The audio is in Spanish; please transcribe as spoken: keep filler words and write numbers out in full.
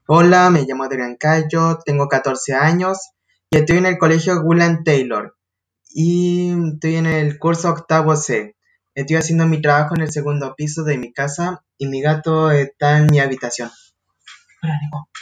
Hola, me llamo Adrián Cayo, tengo catorce años y estoy en el colegio Gulan Taylor y estoy en el curso octavo C. Estoy haciendo mi trabajo en el segundo piso de mi casa y mi gato está en mi habitación. Hola, Nico.